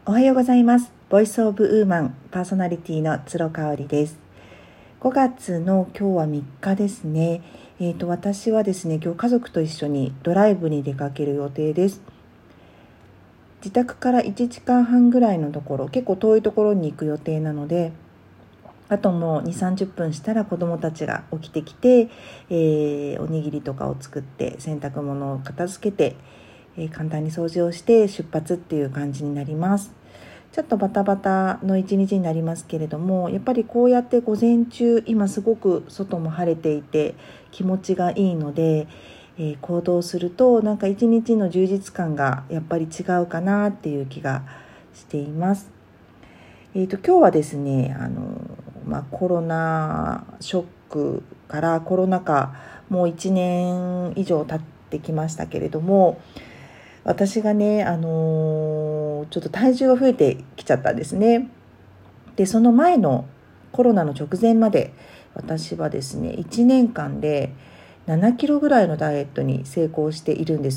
おはようございます。ボイスオブウーマンパーソナリティの鶴香織です。5月の今日は3日ですね。私はですね、今日家族と一緒にドライブに出かける予定です。自宅から1時間半ぐらいのところ、結構遠いところに行く予定なので、あともう2、30分したら子どもたちが起きてきて、おにぎりとかを作って洗濯物を片付けて、簡単に掃除をして出発っていう感じになります。ちょっとバタバタの一日になりますけれども、やっぱりこうやって午前中、今すごく外も晴れていて気持ちがいいので、行動するとなんか一日の充実感がやっぱり違うかなっていう気がしています。今日はですね、コロナショックからコロナ禍もう1年以上経ってきましたけれども、私がね、ちょっと体重が増えてきちゃったんですね。で、その前のコロナの直前まで私はですね、1年間で7キロぐらいのダイエットに成功しているんです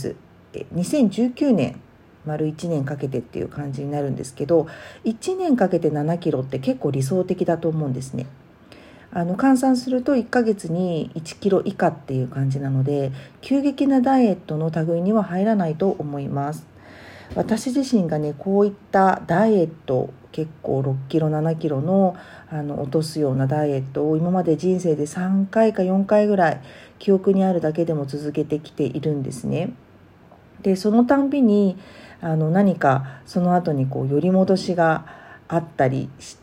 。2019年丸1年かけてっていう感じになるんですけど、1年かけて7キロって結構理想的だと思うんですね。換算すると1ヶ月に1キロ以下っていう感じなので、急激なダイエットの類には入らないと思います。私自身がね、こういったダイエット、結構6キロ7キロの落とすようなダイエットを今まで人生で3回か4回ぐらい記憶にあるだけでも続けてきているんですね。で、そのたんびに何かその後に寄り戻しがあったりして、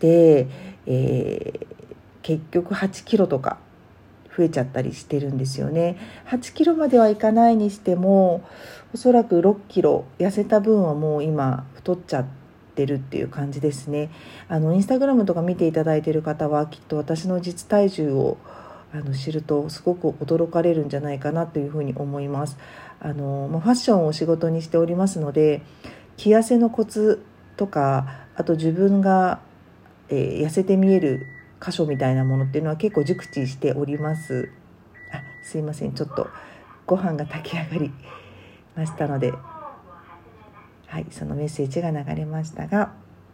結局8キロとか増えちゃったりしてるんですよね。8キロまではいかないにしても、おそらく6キロ痩せた分はもう今太っちゃってるっていう感じですね。インスタグラムとか見ていただいている方はきっと私の実体重を知るとすごく驚かれるんじゃないかなというふうに思います。ファッションを仕事にしておりますので、着痩せのコツとか、あと自分が、痩せて見える箇所みたいなものっていうのは結構熟知しております。すいません、ちょっとご飯が炊き上がりましたので、はい、そのメッセージが流れましたが、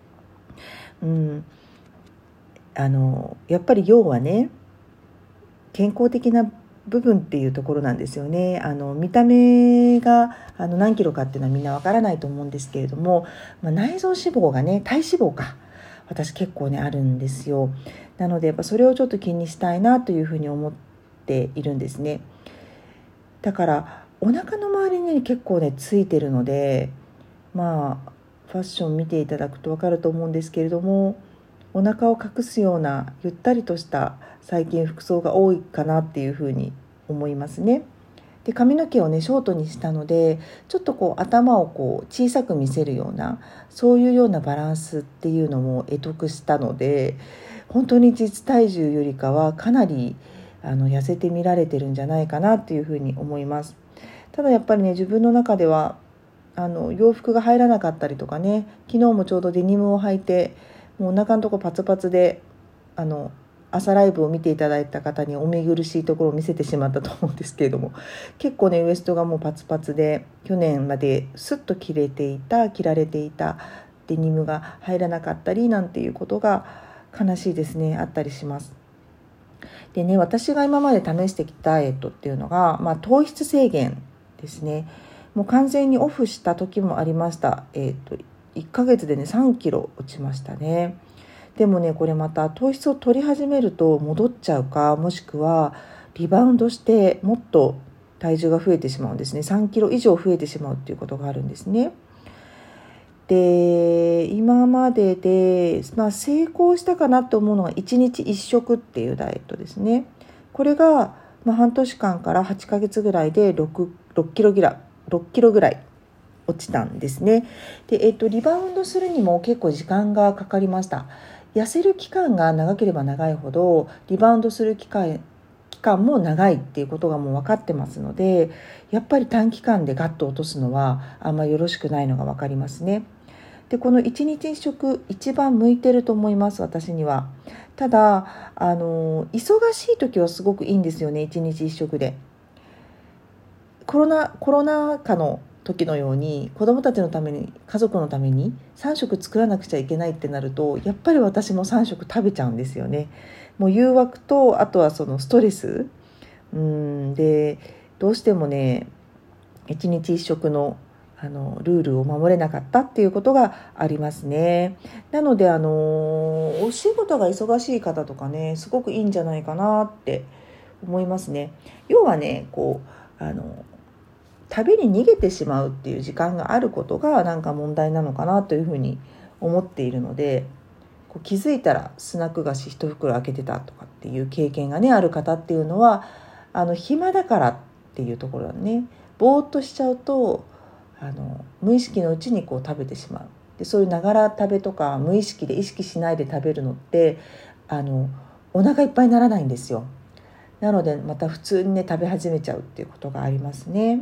やっぱり要はね、健康的な部分っていうところなんですよね。見た目が何キロかっていうのはみんなわからないと思うんですけれども、内臓脂肪がね、体脂肪か、私結構ねあるんですよ。なのでやっぱそれをちょっと気にしたいなというふうに思っているんですね。だからお腹の周りに結構ねついてるので、ファッション見ていただくと分かると思うんですけれども、お腹を隠すようなゆったりとした最近服装が多いかなっていうふうに思いますね。で、髪の毛をねショートにしたので、ちょっと頭を小さく見せるような、そういうようなバランスっていうのも得得したので、本当に実体重よりかはかなり痩せて見られてるんじゃないかなっていうふうに思います。ただやっぱりね、自分の中では洋服が入らなかったりとかね、昨日もちょうどデニムを履いて、もうお腹のとこパツパツで、朝ライブを見ていただいた方にお見苦しいところを見せてしまったと思うんですけれども、結構ねウエストがもうパツパツで、去年までスッと着られていたデニムが入らなかったりなんていうことが悲しいですね、あったりします。でね、私が今まで試してきたダイエットっていうのが、糖質制限ですね。もう完全にオフした時もありました。1ヶ月でね3キロ落ちましたね。でもね、これまた糖質を取り始めると戻っちゃうか、もしくはリバウンドしてもっと体重が増えてしまうんですね。3キロ以上増えてしまうっていうことがあるんですね。で、今までで、成功したかなと思うのが1日1食っていうダイエットですね。これが、半年間から8ヶ月ぐらいで6キロぐらい落ちたんですね。で、リバウンドするにも結構時間がかかりました。痩せる期間が長ければ長いほどリバウンドする期間も長いっていうことがもう分かってますので、やっぱり短期間でガッと落とすのはあんまりよろしくないのが分かりますね。で、この1日1食一番向いてると思います、私には。ただ忙しい時はすごくいいんですよね、1日1食で。コロナ禍の時のように子どもたちのために家族のために3食作らなくちゃいけないってなると、やっぱり私も3食食べちゃうんですよね。もう誘惑と、あとはそのストレスで、どうしてもね1日1食のルールを守れなかったっていうことがありますね。なのでお仕事が忙しい方とかね、すごくいいんじゃないかなって思いますね。要はね、食べに逃げてしまうっていう時間があることがなんか問題なのかなというふうに思っているので、気づいたらスナック菓子1袋開けてたとかっていう経験がねある方っていうのは、暇だからっていうところはね、ぼーっとしちゃうと無意識のうちに食べてしまう。で、そういうながら食べとか無意識で意識しないで食べるのってお腹いっぱいにならないんですよ。なのでまた普通にね食べ始めちゃうっていうことがありますね。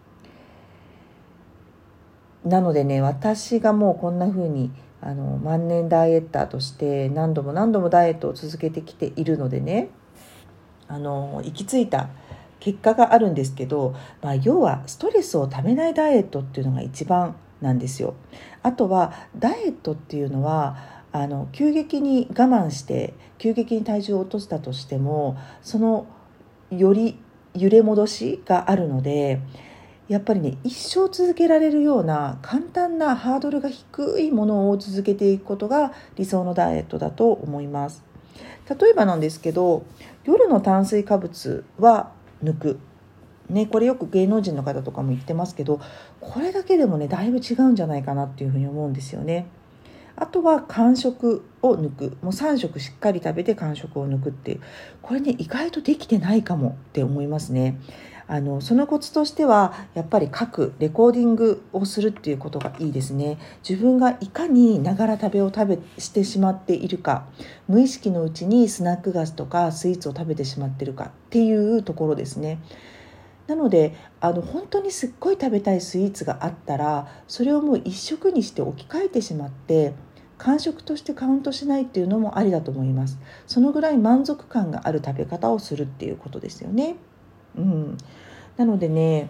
なのでね、私がもうこんな風に万年ダイエッターとして何度も何度もダイエットを続けてきているのでね、行き着いた結果があるんですけど、要はストレスをためないダイエットっていうのが一番なんですよ。あとはダイエットっていうのは急激に我慢して急激に体重を落としたとしても、そのより揺れ戻しがあるので、やっぱりね、一生続けられるような簡単なハードルが低いものを続けていくことが理想のダイエットだと思います。例えばなんですけど、夜の炭水化物は抜く、これよく芸能人の方とかも言ってますけど、これだけでもねだいぶ違うんじゃないかなっていうふうに思うんですよね。あとは間食を抜く、もう3食しっかり食べて間食を抜くっていう、これね意外とできてないかもって思いますね。そのコツとしてはやっぱりレコーディングをするっていうことがいいですね。自分がいかにながら食べをしてしまっているか、無意識のうちにスナック菓子とかスイーツを食べてしまっているかっていうところですね。なので本当にすっごい食べたいスイーツがあったら、それをもう一食にして置き換えてしまって間食としてカウントしないっていうのもありだと思います。そのぐらい満足感がある食べ方をするっていうことですよね。なのでね、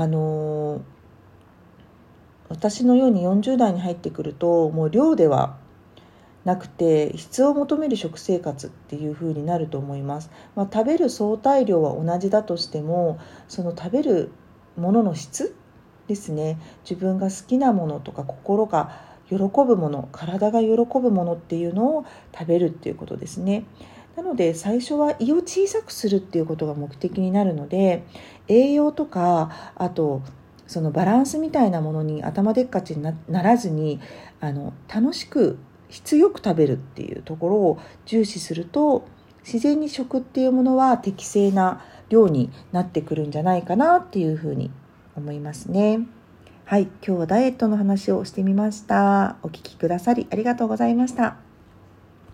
私のように40代に入ってくると、もう量ではなくて質を求める食生活っていう風になると思います。食べる相対量は同じだとしても、その食べるものの質ですね。自分が好きなものとか心が喜ぶもの、体が喜ぶものっていうのを食べるっていうことですね。なので最初は胃を小さくするっていうことが目的になるので、栄養とかあとそのバランスみたいなものに頭でっかちに ならずに楽しく質よく食べるっていうところを重視すると、自然に食っていうものは適正な量になってくるんじゃないかなっていうふうに思いますね。はい、今日はダイエットの話をしてみました。お聞きくださりありがとうございました。